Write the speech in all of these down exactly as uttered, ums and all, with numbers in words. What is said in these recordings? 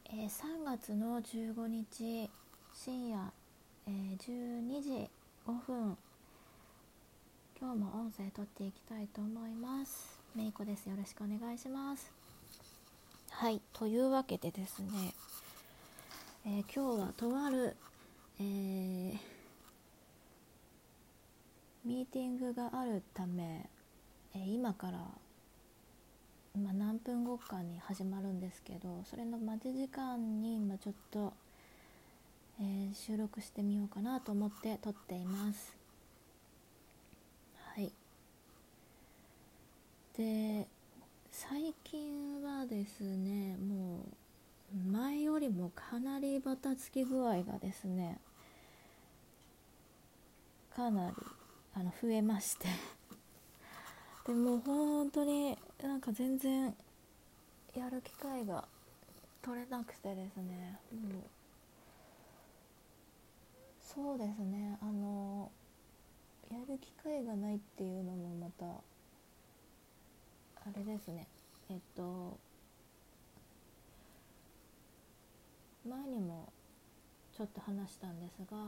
えー、さんがつのじゅうごにち深夜、えー、じゅうにじごふん、今日も音声撮っていきたいと思います。めいこです。よろしくお願いします。はい、というわけでですね、えー、今日はとある、えー、ミーティングがあるため、えー、今からまあ、何分後かに始まるんですけど、それの待ち時間に今ちょっと、えー、収録してみようかなと思って撮っています。はい。で、最近はですね、もう前よりもかなりバタつき具合がですね、かなりあの増えましてでもう本当になんか全然やる機会が取れなくてですね、もうそうですね、あのやる機会がないっていうのもまたあれですね。えっと前にもちょっと話したんですが、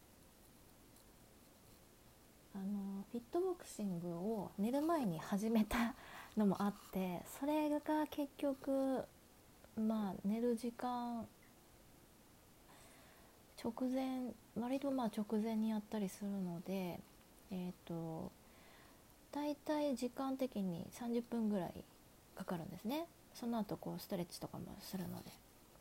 あのフィットボクシングを寝る前に始めたのもあって、それが結局まあ寝る時間直前、割とまあ直前にやったりするので、えっとだいたい時間的にさんじゅっぷんぐらいかかるんですね。その後こうストレッチとかもするので、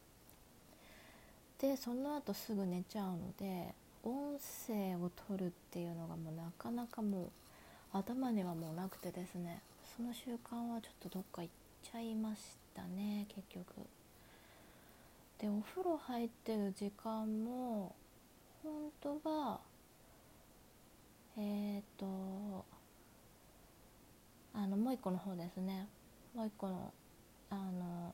でその後すぐ寝ちゃうので、音声を取るっていうのがもうなかなかもう頭にはもうなくてですね、その習慣はちょっとどっか行っちゃいましたね、結局。でお風呂入ってる時間も本当はえー、っとあのもう一個の方ですね、もう一個のあの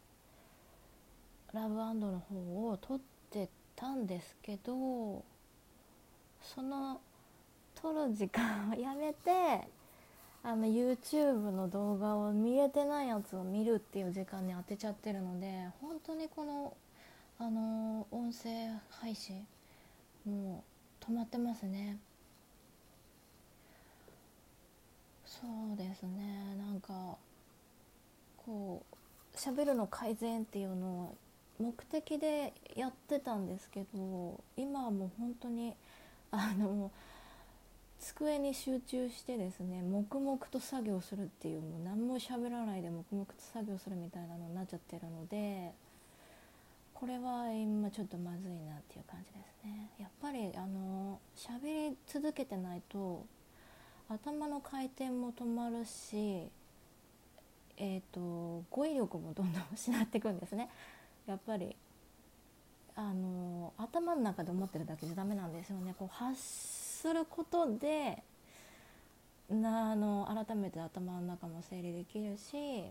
ラブアンドの方を撮ってたんですけど、その撮る時間をやめて、あの YouTube の動画を見れてないやつを見るっていう時間に当てちゃってるので、本当にこのあの音声配信もう止まってますね。そうですね、なんかこう喋るの改善っていうのを目的でやってたんですけど、今はもう本当にあの机に集中してですね、黙々と作業するっていう、もう何も喋らないで黙々と作業するみたいなのになっちゃってるので、これは今ちょっとまずいなっていう感じですね。やっぱりあの喋り続けてないと頭の回転も止まるし、えーと、語彙力もどんどん失っていくんですね。やっぱりあの頭の中で思ってるだけじゃダメなんですよね。こう発することでなあの改めて頭の中も整理できるし、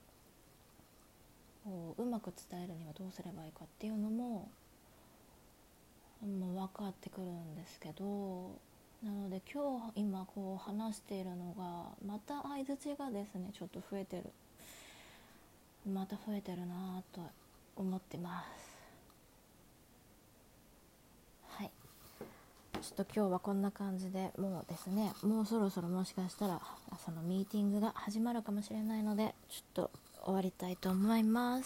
こううまく伝えるにはどうすればいいかっていうのも、もう分かってくるんですけど、なので今日今こう話しているのがまた相槌がですねちょっと増えてるまた増えてるなと思ってます。はい、ちょっと今日はこんな感じで、もうですね、もうそろそろもしかしたらそのミーティングが始まるかもしれないので、ちょっと終わりたいと思います。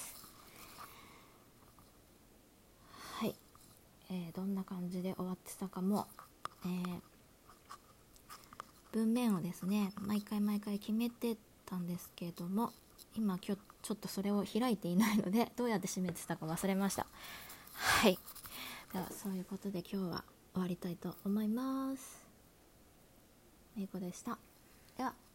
はい、えー、どんな感じで終わってたかも、えー、文面をですね毎回毎回決めてたんですけども、今今日ちょっとそれを開いていないので、どうやって締めてたか忘れました。はい、ではそういうことで今日は終わりたいと思います。めいこでした。では。